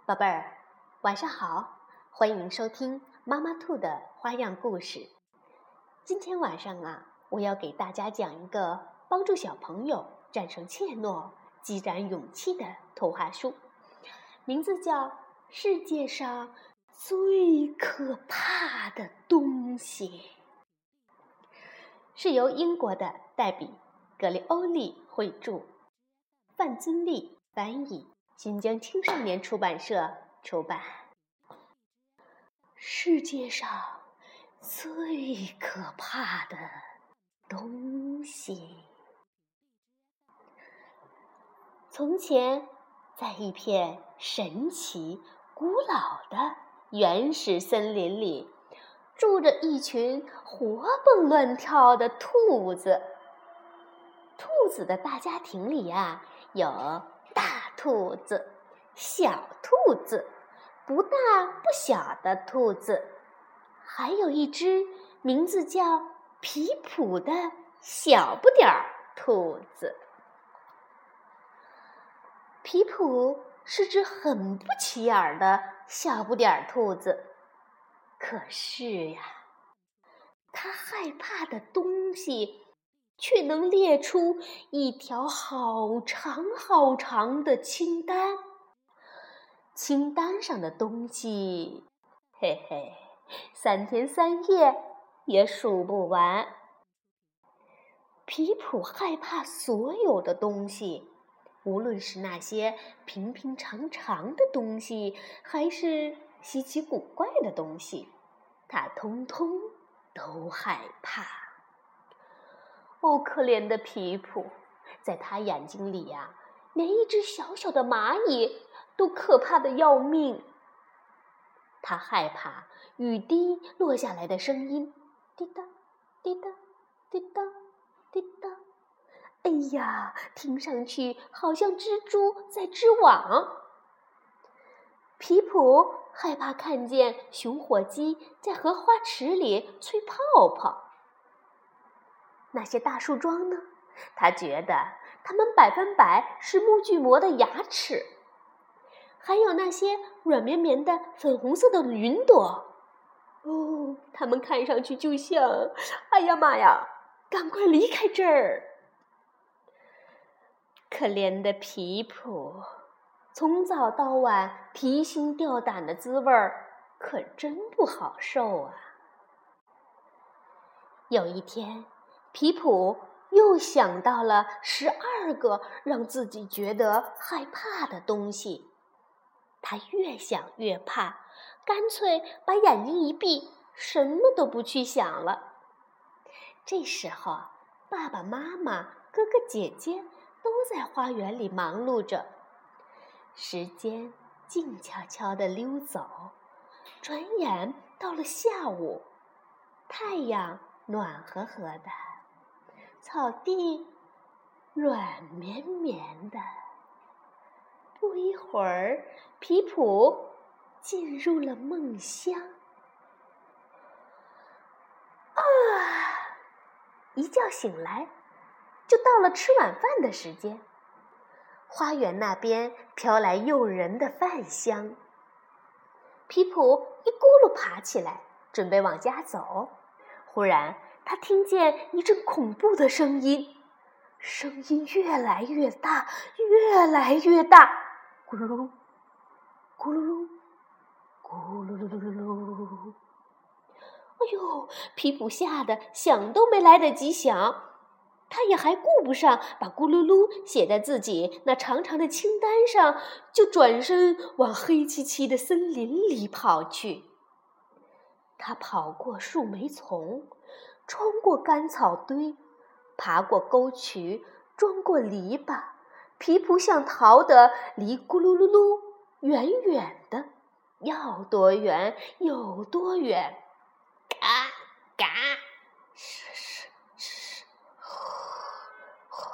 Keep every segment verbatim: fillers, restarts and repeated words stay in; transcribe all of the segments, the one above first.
宝贝儿，晚上好，欢迎收听妈妈兔的花样故事。今天晚上啊，我要给大家讲一个帮助小朋友战胜怯懦、积攒勇气的童话书，名字叫《世界上最可怕的东西》，是由英国的黛比·格里欧利绘著，范尊利翻译，新疆青少年出版社出版。世界上最可怕的东西。从前，在一片神奇、古老的原始森林里，住着一群活蹦乱跳的兔子。兔子的大家庭里呀、啊，有大兔子、小兔子、不大不小的兔子，还有一只名字叫皮普的小不点儿兔子。皮普是只很不起眼的小不点儿兔子，可是呀，他害怕的东西却能列出一条好长好长的清单。清单上的东西，嘿嘿，三天三夜也数不完。皮普害怕所有的东西，无论是那些平平常常的东西，还是稀奇古怪的东西，他通通都害怕。哦，可怜的皮普，在他眼睛里呀、啊，连一只小小的蚂蚁都可怕的要命。他害怕雨滴落下来的声音，滴答滴答滴答滴答，哎呀，听上去好像蜘蛛在织网。皮普害怕看见熊火鸡在荷花池里吹泡泡。那些大树桩呢？他觉得它们百分百是木锯磨的牙齿。还有那些软绵绵的粉红色的云朵，哦，它们看上去就像……哎呀妈呀，赶快离开这儿！可怜的皮普，从早到晚提心吊胆的滋味儿可真不好受啊。有一天，皮普又想到了十二个让自己觉得害怕的东西。他越想越怕，干脆把眼睛一闭，什么都不去想了。这时候，爸爸妈妈、哥哥姐姐都在花园里忙碌着。时间静悄悄地溜走，转眼到了下午，太阳暖和和的，草地软绵绵的。不一会儿，皮普进入了梦乡。啊！一觉醒来，就到了吃晚饭的时间。花园那边飘来诱人的饭香。皮普一咕噜爬起来，准备往家走。忽然，他听见一阵恐怖的声音，声音越来越大，越来越大。咕噜噜，咕噜噜，咕噜噜噜噜噜！哎呦，皮普吓得想都没来得及想，他也还顾不上把咕噜噜写在自己那长长的清单上，就转身往黑漆漆的森林里跑去。他跑过树莓丛，穿过干草堆，爬过沟渠，钻过篱笆。皮普想逃得离咕噜噜噜远远的，要多远有多远。嘎嘎，哧哧哧，呼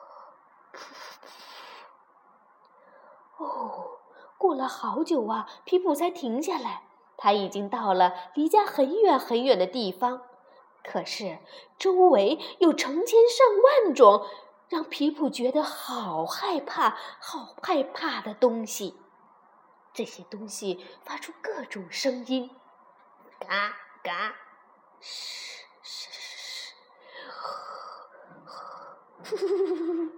呼。哦，过了好久啊，皮普才停下来。他已经到了离家很远很远的地方，可是周围有成千上万种让皮普觉得好害怕、好害怕的东西。 这些东西发出各种声音，嘎嘎，嘘嘘嘘，呼呼呼呼。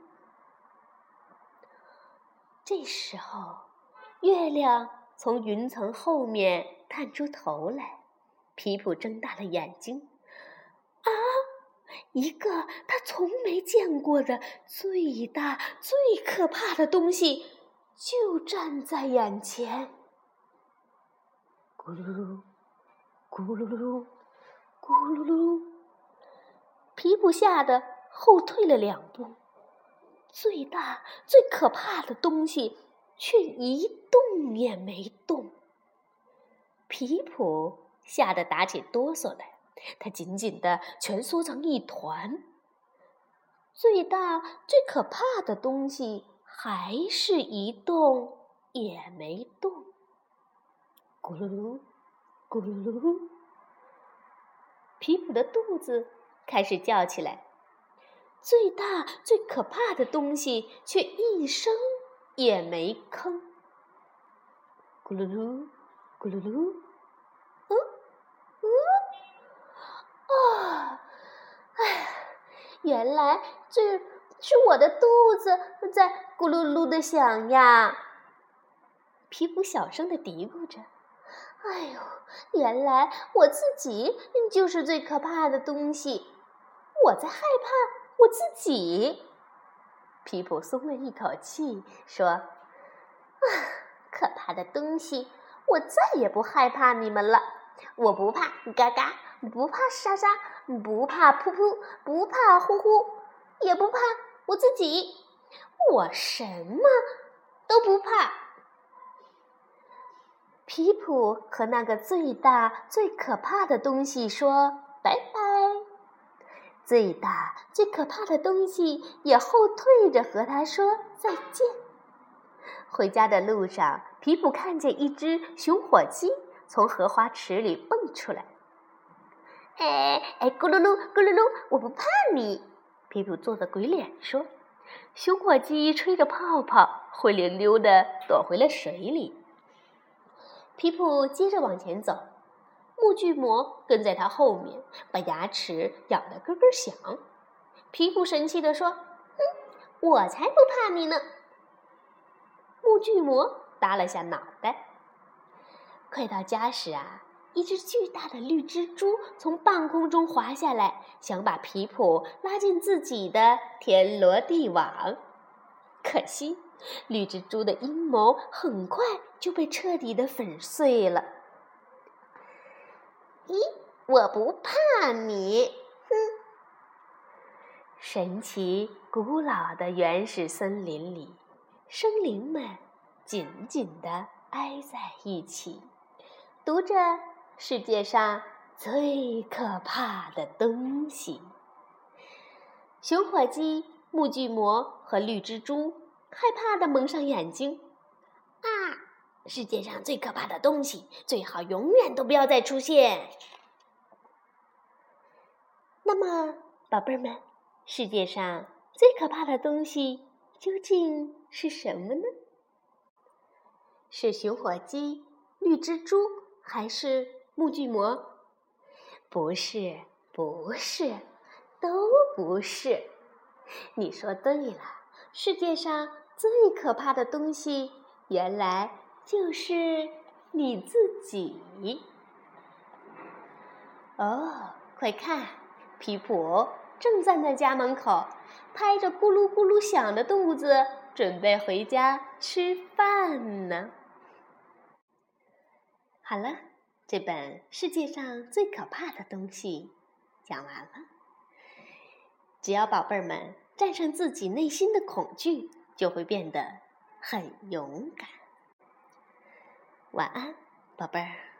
这时候，月亮从云层后面探出头来，皮普睁大了眼睛。啊！一个他从没见过的最大、最可怕的东西就站在眼前。咕噜噜，咕噜噜，咕噜噜，皮普吓得后退了两步。最大、最可怕的东西却一动也没动。皮普吓得打起哆嗦来，他紧紧地蜷缩成一团。最大、最可怕的东西还是一动也没动。咕噜噜，咕噜噜，皮普的肚子开始叫起来。最大、最可怕的东西却一声也没吭。咕噜噜，咕噜噜，嗯嗯，啊，哎，原来这是我的肚子在咕噜噜的响呀。皮普小声地嘀咕着：“哎呦，原来我自己就是最可怕的东西，我在害怕。”我自己，皮普松了一口气，说：“啊，可怕的东西，我再也不害怕你们了。我不怕嘎嘎，不怕沙沙，不怕噗噗，不怕呼呼，也不怕我自己。我什么都不怕。”皮普和那个最大、最可怕的东西说：“拜拜。”最大、最可怕的东西也后退着和他说再见。回家的路上，皮普看见一只熊火鸡从荷花池里蹦出来。哎哎，咕噜噜，咕噜噜，我不怕你！皮普做着鬼脸说。熊火鸡吹着泡泡，灰溜溜地躲回了水里。皮普接着往前走。木锯魔跟在他后面，把牙齿咬得咯咯响。皮普神气地说：“哼，我才不怕你呢！”木锯魔耷了下脑袋。快到家时啊，一只巨大的绿蜘蛛从半空中滑下来，想把皮普拉进自己的天罗地网。可惜，绿蜘蛛的阴谋很快就被彻底的粉碎了。咦，我不怕你！哼！神奇古老的原始森林里，生灵们紧紧地挨在一起，读着世界上最可怕的东西。熊火鸡、木锯魔和绿蜘蛛害怕地蒙上眼睛。啊！世界上最可怕的东西，最好永远都不要再出现。那么，宝贝儿们，世界上最可怕的东西究竟是什么呢？是熊火鸡、绿蜘蛛，还是木锯魔？不是，不是，都不是。你说对了，世界上最可怕的东西，原来就是你自己。哦，快看，皮普正站在家门口，拍着咕噜咕噜响的肚子，准备回家吃饭呢。好了，这本世界上最可怕的东西讲完了。只要宝贝儿们战胜自己内心的恐惧，就会变得很勇敢。晚安，宝贝儿。